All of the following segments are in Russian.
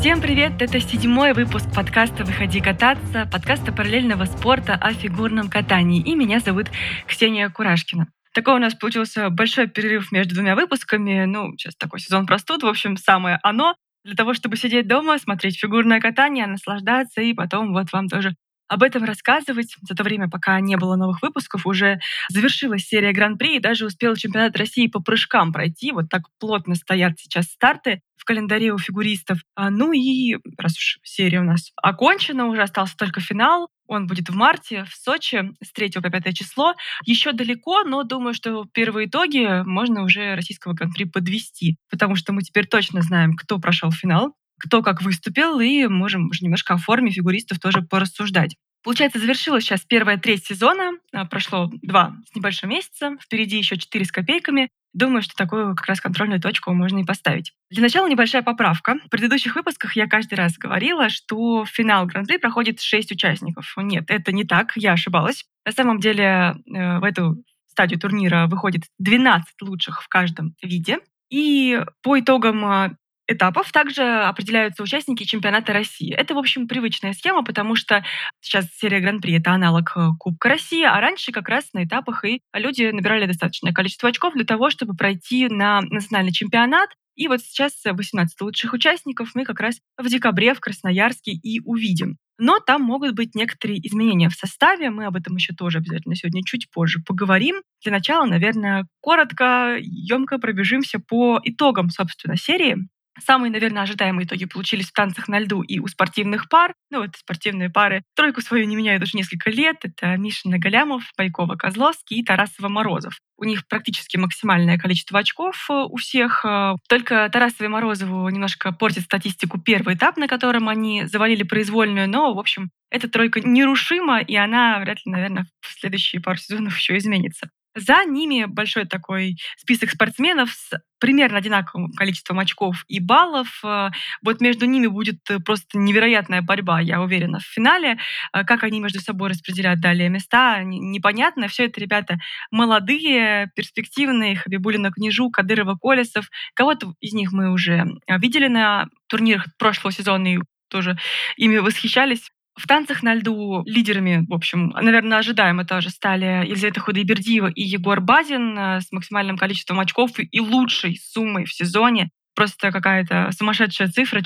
Всем привет! Это 7-й выпуск подкаста «Выходи кататься», подкаста параллельного спорта о фигурном катании. И меня зовут Ксения Курашкина. Такой у нас получился большой перерыв между двумя выпусками. Сейчас такой сезон простуд. В общем, самое оно для того, чтобы сидеть дома, смотреть фигурное катание, наслаждаться и потом вот вам тоже об этом рассказывать. За то время, пока не было новых выпусков, уже завершилась серия Гран-при и даже успел чемпионат России по прыжкам пройти. Вот так плотно стоят сейчас старты в календаре у фигуристов. Ну и раз уж серия у нас окончена, уже остался только финал. Он будет в марте в Сочи с 3 по 5 число. Еще далеко, но думаю, что первые итоги можно уже российского Гран-при подвести, потому что мы теперь точно знаем, кто прошел финал, кто как выступил, и можем уже немножко о форме фигуристов тоже порассуждать. Получается, завершилась сейчас первая треть сезона. Прошло 2 с небольшим месяца. Впереди еще 4 с копейками. Думаю, что такую как раз контрольную точку можно и поставить. Для начала небольшая поправка. В предыдущих выпусках я каждый раз говорила, что финал Гран-при проходит 6 участников. Нет, это не так, я ошибалась. На самом деле в эту стадию турнира выходит 12 лучших в каждом виде. И по итогам этапов также определяются участники чемпионата России. Это, в общем, привычная схема, потому что сейчас серия Гран-при — это аналог Кубка России, а раньше как раз на этапах и люди набирали достаточное количество очков для того, чтобы пройти на национальный чемпионат. И вот сейчас 18 лучших участников мы как раз в декабре в Красноярске и увидим. Но там могут быть некоторые изменения в составе. Мы об этом еще тоже обязательно сегодня чуть позже поговорим. Для начала, наверное, коротко, емко пробежимся по итогам, собственно, серии. Самые, наверное, ожидаемые итоги получились в танцах на льду и у спортивных пар. Вот спортивные пары тройку свою не меняют уже несколько лет. Это Мишина Галямов, Пайкова-Козловский и Тарасова-Морозов. У них практически максимальное количество очков у всех. Только Тарасову и Морозову немножко портит статистику первый этап, на котором они завалили произвольную. Но, в общем, эта тройка нерушима, и она вряд ли, наверное, в следующие пару сезонов еще изменится. За ними большой такой список спортсменов с примерно одинаковым количеством очков и баллов. Вот между ними будет просто невероятная борьба, я уверена, в финале. Как они между собой распределят далее места, непонятно. Все это ребята молодые, перспективные. Хабибуллина, Княжу, Кадырова, Колесов. Кого-то из них мы уже видели на турнирах прошлого сезона и тоже ими восхищались. В танцах на льду лидерами, в общем, наверное, ожидаемо тоже стали Елизавета Худайбердиева и Егор Базин с максимальным количеством очков и лучшей суммой в сезоне. Просто какая-то сумасшедшая цифра —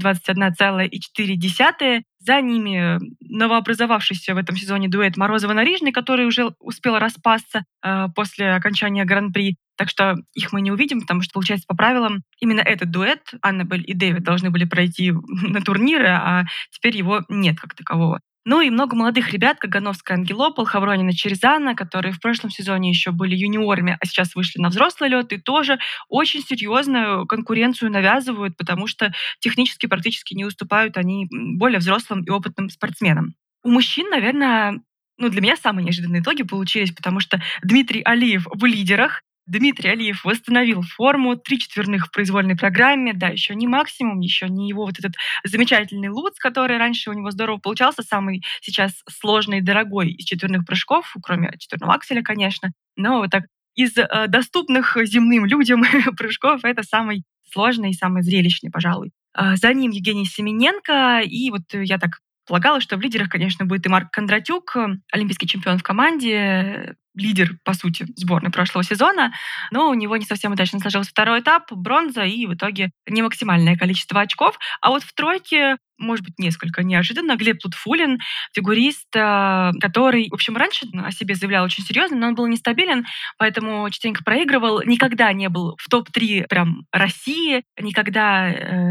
421,4. За ними новообразовавшийся в этом сезоне дуэт Морозова-Нарижный, который уже успел распасться после окончания Гран-при. Так что их мы не увидим, потому что, получается, по правилам, именно этот дуэт, Аннабель и Дэвид, должны были пройти на турниры, а теперь его нет как такового. Ну и много молодых ребят: Кагановская, Ангелопол, Хавронина, Черезана, которые в прошлом сезоне еще были юниорами, а сейчас вышли на взрослый лед и тоже очень серьезную конкуренцию навязывают, потому что технически практически не уступают они более взрослым и опытным спортсменам. У мужчин, наверное, для меня самые неожиданные итоги получились, потому что Дмитрий Алиев в лидерах. Дмитрий Алиев восстановил форму, 3 четверных в произвольной программе. Да, еще не максимум, еще не его вот этот замечательный луц, который раньше у него здорово получался, самый сейчас сложный и дорогой из четверных прыжков, кроме четверного акселя, конечно. Но вот так из доступных земным людям прыжков это самый сложный и самый зрелищный, пожалуй. За ним Евгений Семененко. И вот я так полагала, что в лидерах, конечно, будет и Марк Кондратюк, олимпийский чемпион в команде, лидер, по сути, сборной прошлого сезона, но у него не совсем удачно сложился второй этап, бронза и в итоге не максимальное количество очков. А вот в тройке, может быть, несколько неожиданно, Глеб Лутфулин, фигурист, который, в общем, раньше о себе заявлял очень серьезно, но он был нестабилен, поэтому частенько проигрывал, никогда не был в топ-3 прям России, никогда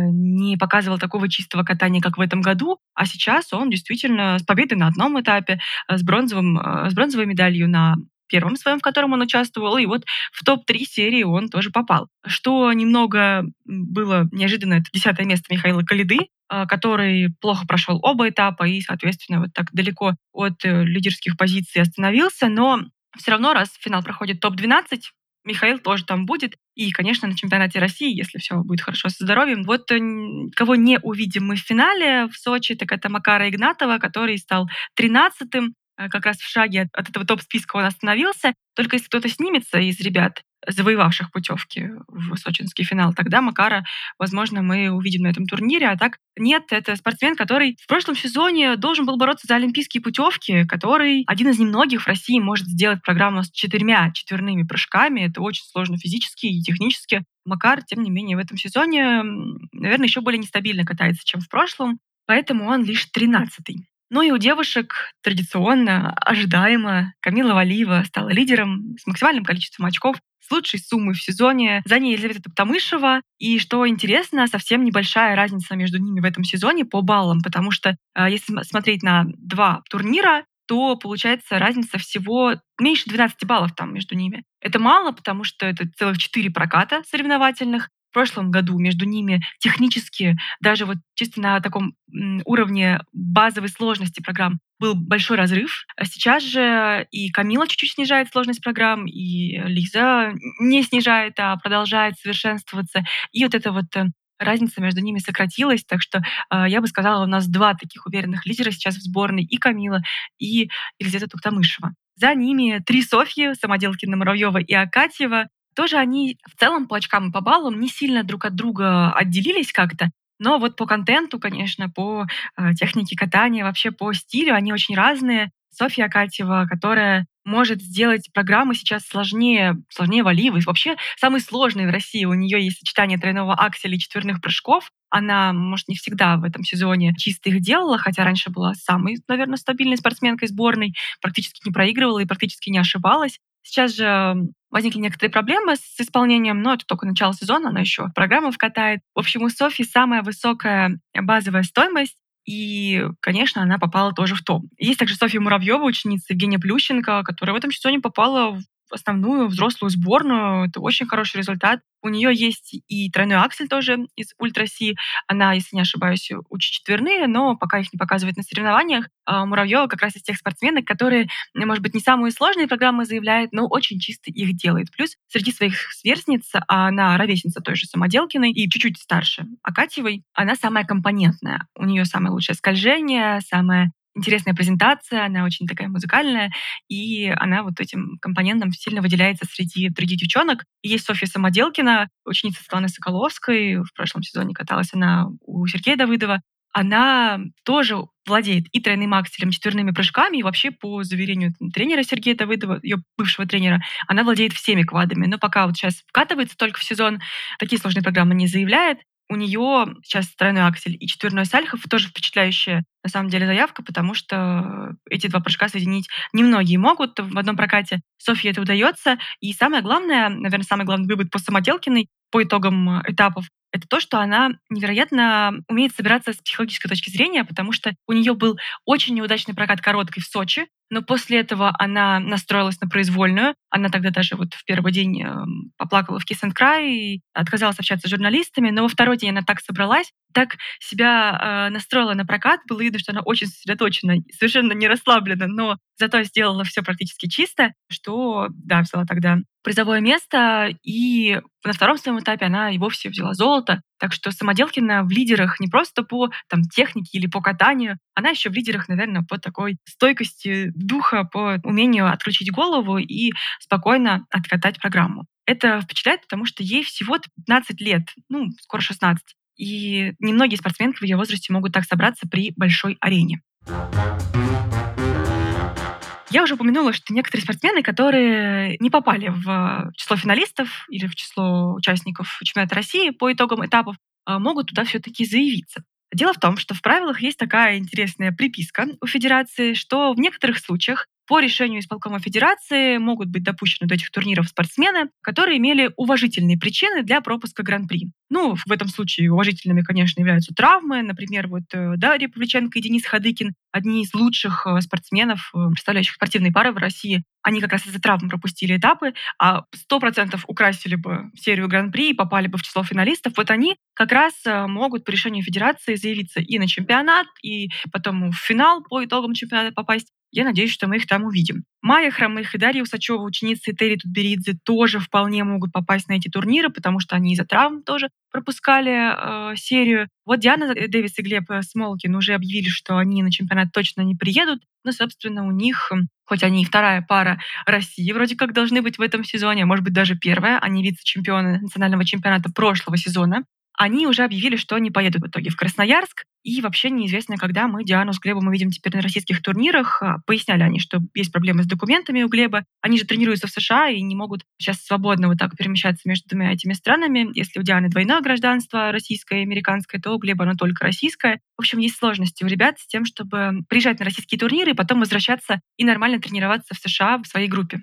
не показывал такого чистого катания, как в этом году, а сейчас он действительно с победой на одном этапе, с бронзовой медалью на первом своем, в котором он участвовал, и вот в топ-3 серии он тоже попал. Что немного было неожиданно, это 10 место Михаила Калиды, который плохо прошел оба этапа и, соответственно, вот так далеко от лидерских позиций остановился, но все равно, раз финал проходит топ-12, Михаил тоже там будет. И, конечно, на чемпионате России, если все будет хорошо со здоровьем. Вот кого не увидим мы в финале в Сочи, так это Макара Игнатова, который стал 13-м. Как раз в шаге от этого топ-списка он остановился. Только если кто-то снимется из ребят, завоевавших путевки в сочинский финал. Тогда Макара, возможно, мы увидим на этом турнире. А так нет, это спортсмен, который в прошлом сезоне должен был бороться за олимпийские путевки, который один из немногих в России может сделать программу с 4 четверными прыжками. Это очень сложно физически и технически. Макар, тем не менее, в этом сезоне, наверное, еще более нестабильно катается, чем в прошлом, поэтому он лишь 13-й. Ну и у девушек традиционно, ожидаемо, Камила Валиева стала лидером с максимальным количеством очков, с лучшей суммой в сезоне. За ней Елизавета Токтамышева. И что интересно, совсем небольшая разница между ними в этом сезоне по баллам, потому что если смотреть на 2 турнира, то получается разница всего меньше 12 баллов там между ними. Это мало, потому что это целых 4 проката соревновательных. В прошлом году между ними технически, даже вот чисто на таком уровне базовой сложности программ, был большой разрыв. А сейчас же и Камила чуть-чуть снижает сложность программ, и Лиза не снижает, а продолжает совершенствоваться. И вот эта вот разница между ними сократилась, так что я бы сказала, у нас 2 таких уверенных лидера сейчас в сборной: и Камила, и Елизавета Туктамышева. За ними 3 Софьи: Самоделкина, Муравьева и Акатьева. Тоже они в целом по очкам и по баллам не сильно друг от друга отделились как-то, но вот по контенту, конечно, по технике катания, вообще по стилю они очень разные. Софья Акатьева, которая может сделать программы сейчас сложнее Валиевой. Вообще самые сложные в России. У нее есть сочетание тройного акселя и четверных прыжков. Она, может, не всегда в этом сезоне чисто их делала, хотя раньше была самой, наверное, стабильной спортсменкой сборной, практически не проигрывала и практически не ошибалась. Сейчас же возникли некоторые проблемы с исполнением, но это только начало сезона, она еще программу вкатает. В общем, у Софьи самая высокая базовая стоимость, и, конечно, она попала тоже в топ. Есть также Софья Муравьева, ученица Евгения Плющенко, которая в этом сезоне попала в основную взрослую сборную. Это очень хороший результат. У нее есть и тройной аксель тоже из ультра-си. Она, если не ошибаюсь, учит четверные, но пока их не показывает на соревнованиях. А Муравьева как раз из тех спортсменок, которые, может быть, не самые сложные программы заявляет, но очень чисто их делает. Плюс среди своих сверстниц, а она ровесница той же Самоделкиной и чуть-чуть старше Акатьевой, она самая компонентная. У нее самое лучшее скольжение, самая интересная презентация, она очень такая музыкальная, и она вот этим компонентом сильно выделяется среди других девчонок. И есть Софья Самоделкина, ученица Светланы Соколовской. В прошлом сезоне каталась она у Сергея Давыдова. Она тоже владеет и тройным акселем, четверными прыжками, и вообще, по заверению тренера Сергея Давыдова, ее бывшего тренера, она владеет всеми квадами. Но пока вот сейчас вкатывается только в сезон, такие сложные программы не заявляет. У нее сейчас тройной аксель и четверной сальхов, тоже впечатляющая на самом деле заявка, потому что эти 2 прыжка соединить немногие могут в одном прокате. Софье это удается. И самое главное, наверное, самый главный вывод по Самоделкиной по итогам этапов, это то, что она невероятно умеет собираться с психологической точки зрения, потому что у нее был очень неудачный прокат короткой в Сочи, но после этого она настроилась на произвольную. Она тогда даже вот в первый день поплакала в Kiss&Cry и отказалась общаться с журналистами, но во второй день она так собралась, так себя настроила на прокат. Было видно, что она очень сосредоточена, совершенно не расслаблена, но зато сделала все практически чисто, что, да, взяла тогда призовое место, и на втором своем этапе она и вовсе взяла золото. Так что Самоделкина в лидерах не просто по технике или по катанию, она еще в лидерах, наверное, по такой стойкости духа, по умению отключить голову и спокойно откатать программу. Это впечатляет, потому что ей всего-то 15 лет, скоро 16. И немногие спортсменки в ее возрасте могут так собраться при большой арене. Я уже упомянула, что некоторые спортсмены, которые не попали в число финалистов или в число участников чемпионата России по итогам этапов, могут туда все-таки заявиться. Дело в том, что в правилах есть такая интересная приписка у федерации, что в некоторых случаях по решению исполкома федерации могут быть допущены до этих турниров спортсмены, которые имели уважительные причины для пропуска гран-при. В этом случае уважительными, конечно, являются травмы. Например, Дарья Павличенко и Денис Ходыкин, одни из лучших спортсменов, представляющих спортивные пары в России. Они как раз из-за травм пропустили этапы, а 100% украсили бы серию гран-при и попали бы в число финалистов. Вот они как раз могут по решению федерации заявиться и на чемпионат, и потом в финал по итогам чемпионата попасть. Я надеюсь, что мы их там увидим. Майя Хромых и Дарья Усачева, ученицы Терри Тутберидзе, тоже вполне могут попасть на эти турниры, потому что они из-за травм тоже пропускали серию. Вот Диана Дэвис и Глеб Смолкин уже объявили, что они на чемпионат точно не приедут. Ну, собственно, у них, хоть они и вторая пара России вроде как должны быть в этом сезоне, а может быть даже первая, они вице-чемпионы национального чемпионата прошлого сезона, они уже объявили, что они поедут в итоге в Красноярск. И вообще неизвестно, когда мы Диану с Глебом увидим теперь на российских турнирах. Поясняли они, что есть проблемы с документами у Глеба. Они же тренируются в США и не могут сейчас свободно вот так перемещаться между двумя этими странами. Если у Дианы двойное гражданство, российское и американское, то у Глеба оно только российское. В общем, есть сложности у ребят с тем, чтобы приезжать на российские турниры и потом возвращаться и нормально тренироваться в США в своей группе.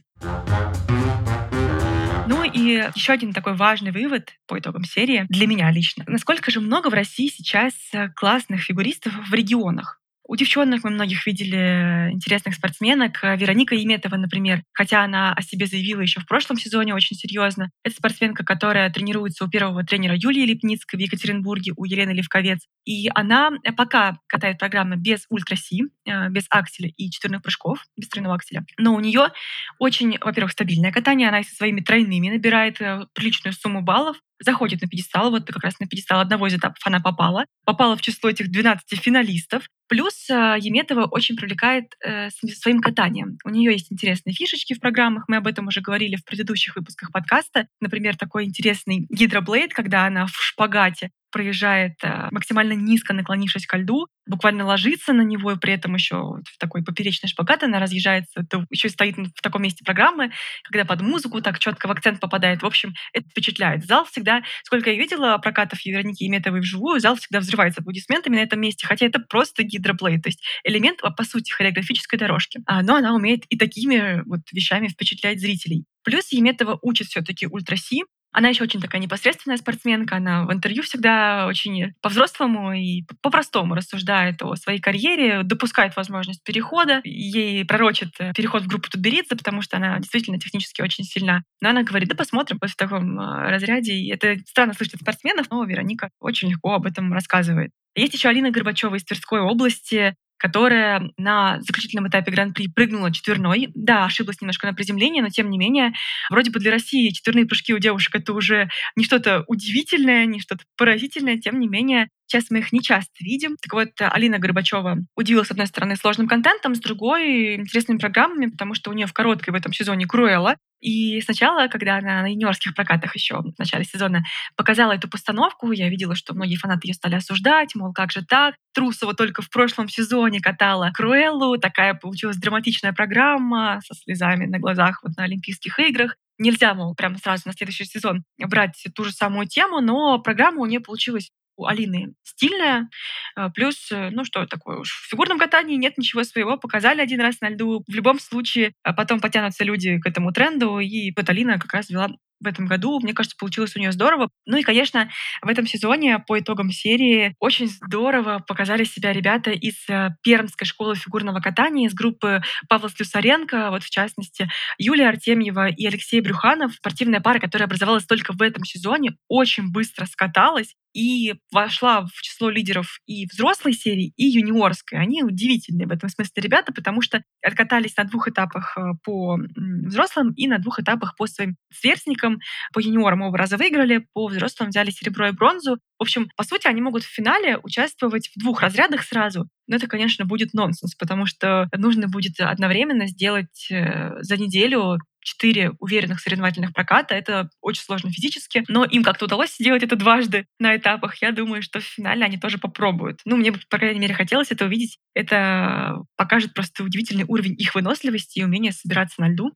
Ну и еще один такой важный вывод по итогам серии для меня лично. Насколько же много в России сейчас классных фигуристов в регионах? У девчонок мы многих видели интересных спортсменок. Вероника Еметова, например, хотя она о себе заявила еще в прошлом сезоне очень серьезно. Это спортсменка, которая тренируется у первого тренера Юлии Липницкой в Екатеринбурге, у Елены Левковец. И она пока катает программы без ультраси, без акселя и четверных прыжков, без тройного акселя. Но у нее очень, во-первых, стабильное катание. Она со своими тройными набирает приличную сумму баллов, заходит на пьедестал. Вот как раз на пьедестал одного из этапов она попала. Попала в число этих 12 финалистов. Плюс Еметова очень привлекает своим катанием. У нее есть интересные фишечки в программах. Мы об этом уже говорили в предыдущих выпусках подкаста. Например, такой интересный гидроблейд, когда она в шпагате проезжает максимально низко, наклонившись ко льду, буквально ложится на него, и при этом еще в такой поперечный шпагат она разъезжается, то еще и стоит в таком месте программы, когда под музыку так четко в акцент попадает. В общем, это впечатляет. Зал всегда, сколько я видела прокатов Вероники Еметовой вживую, зал всегда взрывается аплодисментами на этом месте, хотя это просто гидроблейд, то есть элемент, по сути, хореографической дорожки. Но она умеет и такими вот вещами впечатлять зрителей. Плюс Еметова учит все-таки ультраси. Она еще очень такая непосредственная спортсменка. Она в интервью всегда очень по-взрослому и по-простому рассуждает о своей карьере, допускает возможность перехода. Ей пророчит переход в группу Тутберидзе, потому что она действительно технически очень сильна. Но она говорит, да посмотрим, вот в таком разряде. И это странно слышать от спортсменов, но Вероника очень легко об этом рассказывает. Есть еще Алина Горбачева из Тверской области, которая на заключительном этапе Гран-при прыгнула четверной. Да, ошиблась немножко на приземлении, но тем не менее, вроде бы для России четверные прыжки у девушек — это уже не что-то удивительное, не что-то поразительное, тем не менее, сейчас мы их не часто видим. Так вот, Алина Горбачева удивила, с одной стороны, сложным контентом, с другой — интересными программами, потому что у нее в короткой в этом сезоне Круэлла. И сначала, когда она на юниорских прокатах еще в начале сезона показала эту постановку, я видела, что многие фанаты ее стали осуждать, мол, как же так? Трусова только в прошлом сезоне катала Круэллу, такая получилась драматичная программа со слезами на глазах вот на Олимпийских играх. Нельзя, мол, прямо сразу на следующий сезон брать ту же самую тему, но программа у нее получилась у Алины стильная, плюс, ну что такое уж, в фигурном катании нет ничего своего, показали один раз на льду. В любом случае, потом потянутся люди к этому тренду, и вот Алина как раз вела в этом году. Мне кажется, получилось у нее здорово. Ну и, конечно, в этом сезоне по итогам серии очень здорово показали себя ребята из Пермской школы фигурного катания, из группы Павла Слюсаренко, вот в частности, Юлия Артемьева и Алексей Брюханов. Спортивная пара, которая образовалась только в этом сезоне, очень быстро скаталась и вошла в число лидеров и взрослой серии, и юниорской. Они удивительные в этом смысле ребята, потому что откатались на 2 этапах по взрослым и на 2 этапах по своим сверстникам. По юниорам оба раза выиграли, по взрослым взяли серебро и бронзу. В общем, по сути, они могут в финале участвовать в 2 разрядах сразу. Но это, конечно, будет нонсенс, потому что нужно будет одновременно сделать за неделю 4 уверенных соревновательных проката. Это очень сложно физически, но им как-то удалось сделать это дважды на этапах. Я думаю, что в финале они тоже попробуют. Ну, мне бы, по крайней мере, хотелось это увидеть. Это покажет просто удивительный уровень их выносливости и умения собираться на льду.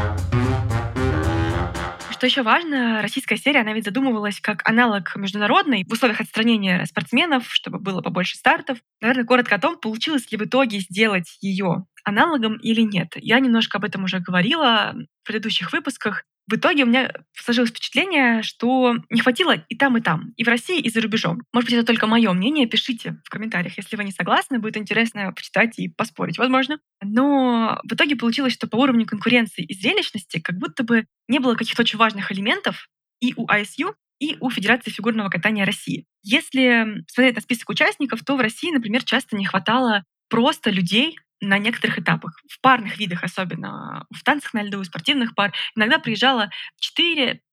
Что еще важно, российская серия, она ведь задумывалась как аналог международной в условиях отстранения спортсменов, чтобы было побольше стартов. Наверное, коротко о том, получилось ли в итоге сделать ее аналогом или нет. Я немножко об этом уже говорила в предыдущих выпусках. В итоге у меня сложилось впечатление, что не хватило и там, и в России, и за рубежом. Может быть, это только мое мнение. Пишите в комментариях, если вы не согласны. Будет интересно почитать и поспорить, возможно. Но в итоге получилось, что по уровню конкуренции и зрелищности как будто бы не было каких-то очень важных элементов и у ISU, и у Федерации фигурного катания России. Если смотреть на список участников, то в России, например, часто не хватало просто людей на некоторых этапах, в парных видах особенно, в танцах на льду, спортивных пар. Иногда приезжало 4,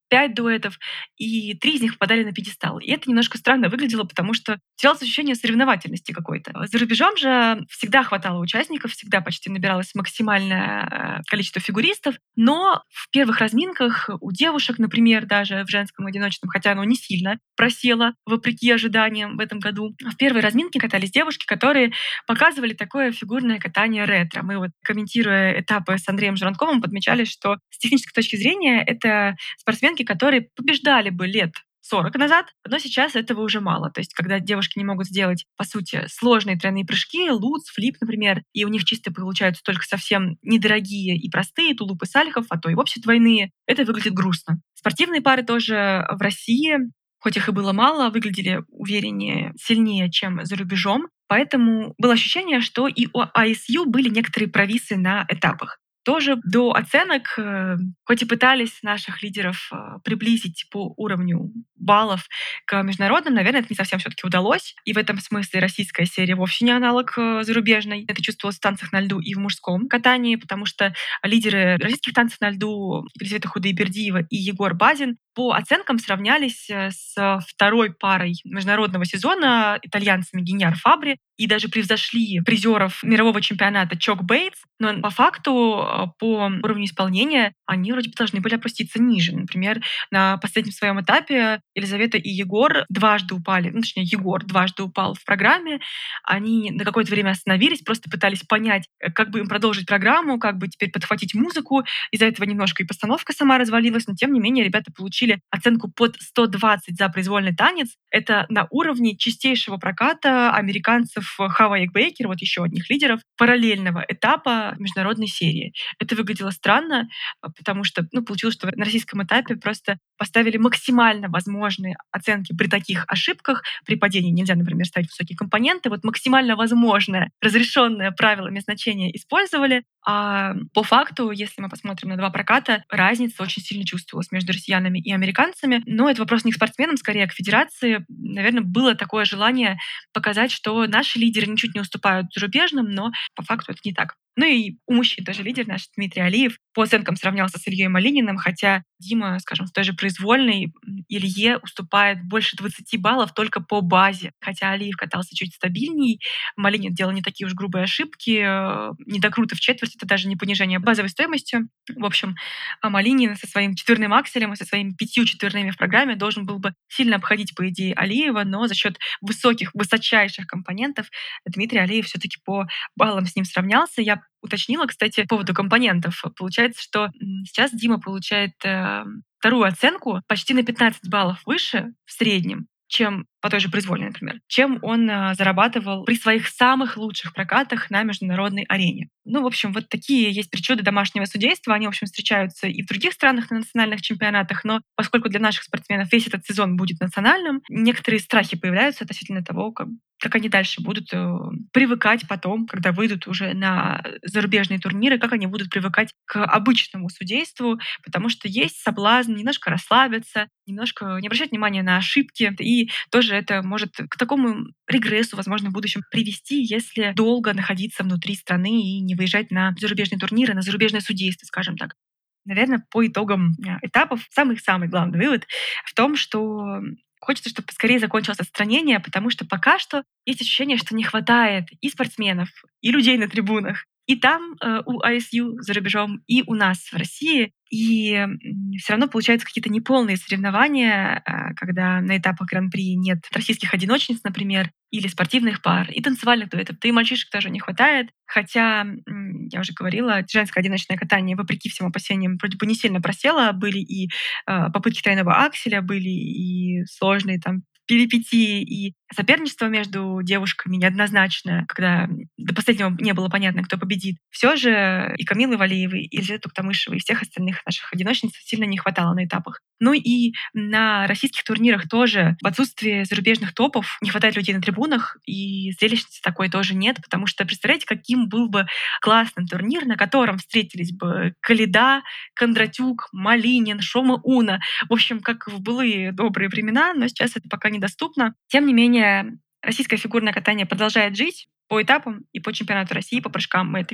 5 дуэтов, и 3 из них попадали на пьедестал. И это немножко странно выглядело, потому что терялось ощущение соревновательности какой-то. За рубежом же всегда хватало участников, всегда почти набиралось максимальное количество фигуристов, но в первых разминках у девушек, например, даже в женском одиночном, хотя оно не сильно просело, вопреки ожиданиям в этом году, в первой разминке катались девушки, которые показывали такое фигурное катание ретро. Мы вот, комментируя этапы с Андреем Журанковым, подмечали, что с технической точки зрения это спортсменки, которые побеждали бы лет 40 назад, но сейчас этого уже мало. То есть, когда девушки не могут сделать, по сути, сложные тройные прыжки, луц, флип, например, и у них чисто получаются только совсем недорогие и простые тулупы сальхов, а то и вовсе двойные, это выглядит грустно. Спортивные пары тоже в России, хоть их и было мало, выглядели увереннее, сильнее, чем за рубежом. Поэтому было ощущение, что и у ISU были некоторые провисы на этапах. Тоже до оценок, хоть и пытались наших лидеров приблизить по уровню баллов к международным, наверное, это не совсем все-таки удалось. И в этом смысле российская серия вовсе не аналог зарубежной. Это чувствовалось в танцах на льду и в мужском катании, потому что лидеры российских танцев на льду Елизавета Худайбердиева и Егор Базин по оценкам сравнялись с второй парой международного сезона итальянцами Гиньяр Фабри и даже превзошли призеров мирового чемпионата Чок Бейтс. Но по факту, по уровню исполнения, они вроде бы должны были опуститься ниже. Например, на последнем своем этапе Елизавета и Егор дважды упали, ну, точнее, Егор дважды упал в программе. Они на какое-то время остановились, просто пытались понять, как бы им продолжить программу, как бы теперь подхватить музыку. Из-за этого немножко и постановка сама развалилась, но тем не менее ребята получили оценку под 120 за произвольный танец. Это на уровне чистейшего проката американцев Хава Бейкер, вот еще одних лидеров, параллельного этапа международной серии. Это выглядело странно, потому что получилось, что на российском этапе просто поставили максимально возможные оценки при таких ошибках. При падении нельзя, например, ставить высокие компоненты. Вот максимально возможное, разрешенное правилами значение использовали. А по факту, если мы посмотрим на два проката, разница очень сильно чувствовалась между россиянами и американцами. Но это вопрос не к спортсменам, скорее к федерации. Наверное, было такое желание показать, что наши лидеры ничуть не уступают зарубежным, но по факту это не так. Ну и у мужчин тоже лидер наш Дмитрий Алиев по оценкам сравнялся с Ильей Малининым, хотя Дима, скажем, в той же произвольной Илье уступает больше 20 баллов только по базе. Хотя Алиев катался чуть стабильней, Малинин делал не такие уж грубые ошибки, недокруты в четверть, это даже не понижение базовой стоимости. В общем, Малинин со своим четверным акселем и со своими 5 четверными в программе должен был бы сильно обходить, по идее, Алиева, но за счет высочайших компонентов Дмитрий Алиев все-таки по баллам с ним сравнялся. Я уточнила, кстати, по поводу компонентов. Получается, что сейчас Дима получает вторую оценку почти на 15 баллов выше в среднем, чем по той же произвольной, например, чем он зарабатывал при своих самых лучших прокатах на международной арене. В общем, вот такие есть причуды домашнего судейства. Они, в общем, встречаются и в других странах на национальных чемпионатах, но поскольку для наших спортсменов весь этот сезон будет национальным, некоторые страхи появляются относительно того, как они дальше будут привыкать потом, когда выйдут уже на зарубежные турниры, как они будут привыкать к обычному судейству, потому что есть соблазн немножко расслабиться, немножко не обращать внимания на ошибки, и тоже это может к такому регрессу, возможно, в будущем привести, если долго находиться внутри страны и не выезжать на зарубежные турниры, на зарубежное судейство, скажем так. Наверное, по итогам этапов самый-самый главный вывод в том, что хочется, чтобы поскорее закончилось отстранение, потому что пока что есть ощущение, что не хватает и спортсменов, и людей на трибунах, и там у ISU за рубежом, и у нас в России. И все равно получаются какие-то неполные соревнования, когда на этапах Гран-при нет российских одиночниц, например, или спортивных пар, и танцевальных дуэтов. Да и мальчишек тоже не хватает. Хотя, я уже говорила, женское одиночное катание, вопреки всем опасениям, вроде бы не сильно просело. Были и попытки тройного акселя, были и сложные там перипетии и соперничество между девушками неоднозначное, когда до последнего не было понятно, кто победит. Все же и Камилы Валиевой, и Елизаветы Туктамышевой, и всех остальных наших одиночниц сильно не хватало на этапах. Ну и на российских турнирах тоже в отсутствии зарубежных топов не хватает людей на трибунах, и зрелищности такой тоже нет, потому что представляете, каким был бы классный турнир, на котором встретились бы Калида, Кондратюк, Малинин, Шома Уна. В общем, как в былые добрые времена, но сейчас это пока недоступно. Тем не менее, российское фигурное катание продолжает жить по этапам и по чемпионату России, по прыжкам мы это видим.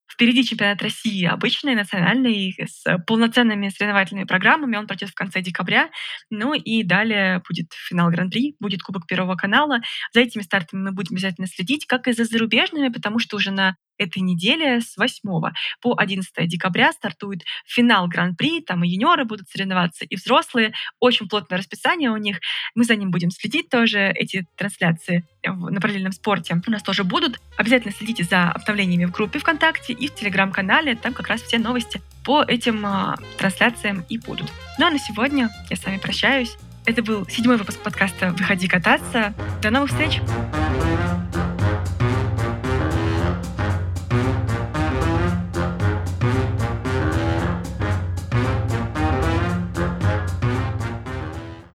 Впереди чемпионат России обычный, национальный, с полноценными соревновательными программами. Он пройдет в конце декабря. Ну и далее будет финал Гран-при, будет Кубок Первого канала. За этими стартами мы будем обязательно следить, как и за зарубежными, потому что уже на этой неделе с 8 по 11 декабря стартует финал Гран-при. Там и юниоры будут соревноваться, и взрослые. Очень плотное расписание у них. Мы за ним будем следить тоже. Эти трансляции на параллельном спорте у нас тоже будут. Обязательно следите за обновлениями в группе ВКонтакте и в Телеграм-канале. Там как раз все новости по этим трансляциям и будут. Ну а на сегодня я с вами прощаюсь. Это был 7-й выпуск подкаста «Выходи кататься». До новых встреч!